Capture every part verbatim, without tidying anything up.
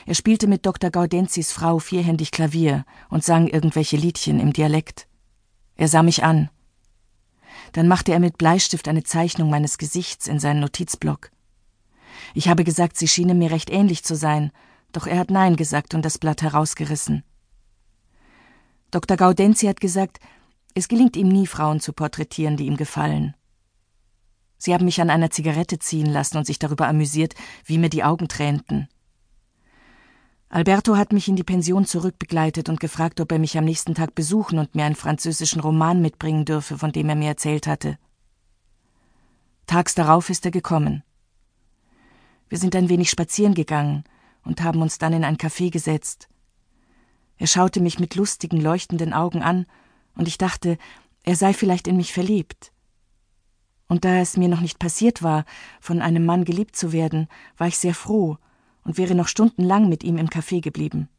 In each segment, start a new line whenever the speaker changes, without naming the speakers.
Er spielte mit Doktor Gaudenzis Frau vierhändig Klavier und sang irgendwelche Liedchen im Dialekt. Er sah mich an. Dann machte er mit Bleistift eine Zeichnung meines Gesichts in seinen Notizblock. Ich habe gesagt, sie schiene mir recht ähnlich zu sein, doch er hat Nein gesagt und das Blatt herausgerissen. Doktor Gaudenzi hat gesagt, es gelingt ihm nie, Frauen zu porträtieren, die ihm gefallen. Sie haben mich an einer Zigarette ziehen lassen und sich darüber amüsiert, wie mir die Augen tränten. Alberto hat mich in die Pension zurückbegleitet und gefragt, ob er mich am nächsten Tag besuchen und mir einen französischen Roman mitbringen dürfe, von dem er mir erzählt hatte. Tags darauf ist er gekommen. Wir sind ein wenig spazieren gegangen und haben uns dann in ein Café gesetzt. Er schaute mich mit lustigen, leuchtenden Augen an, und ich dachte, er sei vielleicht in mich verliebt. Und da es mir noch nicht passiert war, von einem Mann geliebt zu werden, war ich sehr froh und wäre noch stundenlang mit ihm im Café geblieben.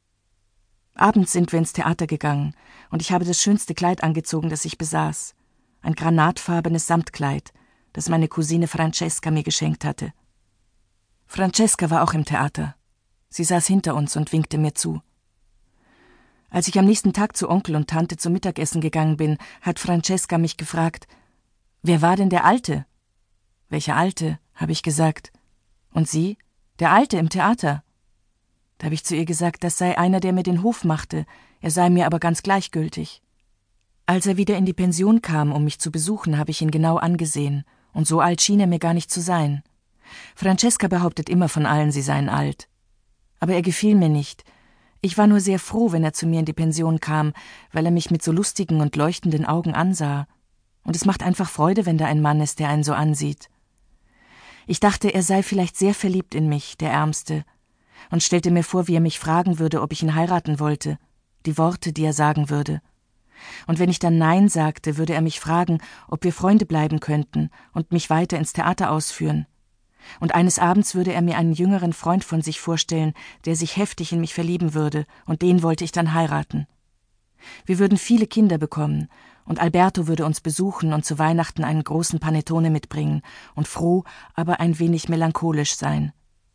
Abends sind wir ins Theater gegangen, und ich habe das schönste Kleid angezogen, das ich besaß. Ein granatfarbenes Samtkleid, das meine Cousine Francesca mir geschenkt hatte. Francesca war auch im Theater. Sie saß hinter uns und winkte mir zu. Als ich am nächsten Tag zu Onkel und Tante zum Mittagessen gegangen bin, hat Francesca mich gefragt, »Wer war denn der Alte?« »Welcher Alte?« habe ich gesagt. »Und Sie?« »Der Alte im Theater.« Da habe ich zu ihr gesagt, das sei einer, der mir den Hof machte, er sei mir aber ganz gleichgültig. Als er wieder in die Pension kam, um mich zu besuchen, habe ich ihn genau angesehen, und so alt schien er mir gar nicht zu sein. Francesca behauptet immer von allen, sie seien alt. Aber er gefiel mir nicht. Ich war nur sehr froh, wenn er zu mir in die Pension kam, weil er mich mit so lustigen und leuchtenden Augen ansah. Und es macht einfach Freude, wenn da ein Mann ist, der einen so ansieht. Ich dachte, er sei vielleicht sehr verliebt in mich, der Ärmste, und stellte mir vor, wie er mich fragen würde, ob ich ihn heiraten wollte, die Worte, die er sagen würde. Und wenn ich dann Nein sagte, würde er mich fragen, ob wir Freunde bleiben könnten und mich weiter ins Theater ausführen. Und eines Abends würde er mir einen jüngeren Freund von sich vorstellen, der sich heftig in mich verlieben würde, und den wollte ich dann heiraten. Wir würden viele Kinder bekommen, und Alberto würde uns besuchen und zu Weihnachten einen großen Panettone mitbringen und froh, aber ein wenig melancholisch sein.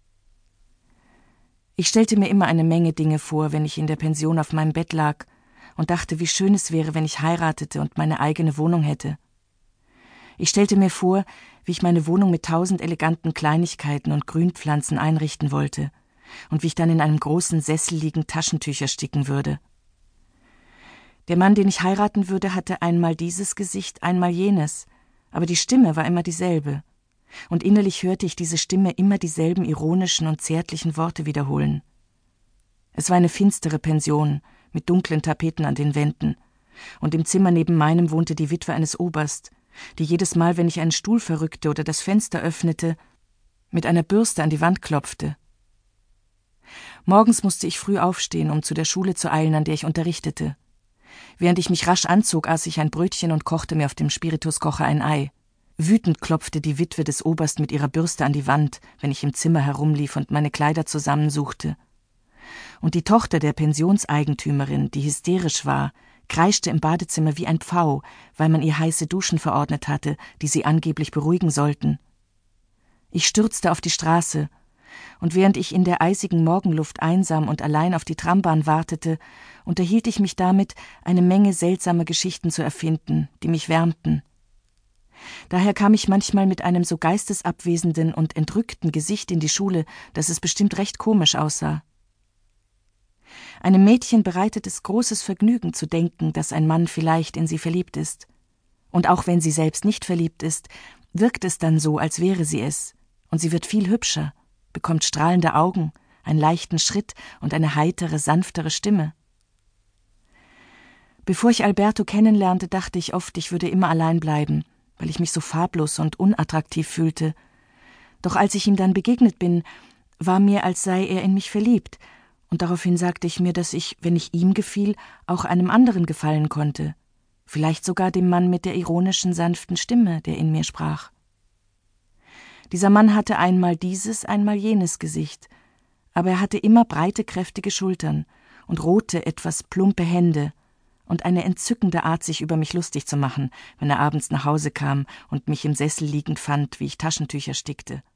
Ich stellte mir immer eine Menge Dinge vor, wenn ich in der Pension auf meinem Bett lag, und dachte, wie schön es wäre, wenn ich heiratete und meine eigene Wohnung hätte. Ich stellte mir vor, wie ich meine Wohnung mit tausend eleganten Kleinigkeiten und Grünpflanzen einrichten wollte und wie ich dann in einem großen Sessel liegend Taschentücher sticken würde. Der Mann, den ich heiraten würde, hatte einmal dieses Gesicht, einmal jenes, aber die Stimme war immer dieselbe, und innerlich hörte ich diese Stimme immer dieselben ironischen und zärtlichen Worte wiederholen. Es war eine finstere Pension mit dunklen Tapeten an den Wänden, und im Zimmer neben meinem wohnte die Witwe eines Oberst, die jedes Mal, wenn ich einen Stuhl verrückte oder das Fenster öffnete, mit einer Bürste an die Wand klopfte. Morgens musste ich früh aufstehen, um zu der Schule zu eilen, an der ich unterrichtete. Während ich mich rasch anzog, aß ich ein Brötchen und kochte mir auf dem Spirituskocher ein Ei. Wütend klopfte die Witwe des Oberst mit ihrer Bürste an die Wand, wenn ich im Zimmer herumlief und meine Kleider zusammensuchte. Und die Tochter der Pensionseigentümerin, die hysterisch war, kreischte im Badezimmer wie ein Pfau, weil man ihr heiße Duschen verordnet hatte, die sie angeblich beruhigen sollten. Ich stürzte auf die Straße, und während ich in der eisigen Morgenluft einsam und allein auf die Trambahn wartete, unterhielt ich mich damit, eine Menge seltsamer Geschichten zu erfinden, die mich wärmten. Daher kam ich manchmal mit einem so geistesabwesenden und entrückten Gesicht in die Schule, dass es bestimmt recht komisch aussah. Einem Mädchen bereitet es großes Vergnügen zu denken, dass ein Mann vielleicht in sie verliebt ist. Und auch wenn sie selbst nicht verliebt ist, wirkt es dann so, als wäre sie es, und sie wird viel hübscher, bekommt strahlende Augen, einen leichten Schritt und eine heitere, sanftere Stimme. Bevor ich Alberto kennenlernte, dachte ich oft, ich würde immer allein bleiben, weil ich mich so farblos und unattraktiv fühlte. Doch als ich ihm dann begegnet bin, war mir, als sei er in mich verliebt, und daraufhin sagte ich mir, dass ich, wenn ich ihm gefiel, auch einem anderen gefallen konnte, vielleicht sogar dem Mann mit der ironischen, sanften Stimme, der in mir sprach. Dieser Mann hatte einmal dieses, einmal jenes Gesicht, aber er hatte immer breite, kräftige Schultern und rote, etwas plumpe Hände und eine entzückende Art, sich über mich lustig zu machen, wenn er abends nach Hause kam und mich im Sessel liegend fand, wie ich Taschentücher stickte.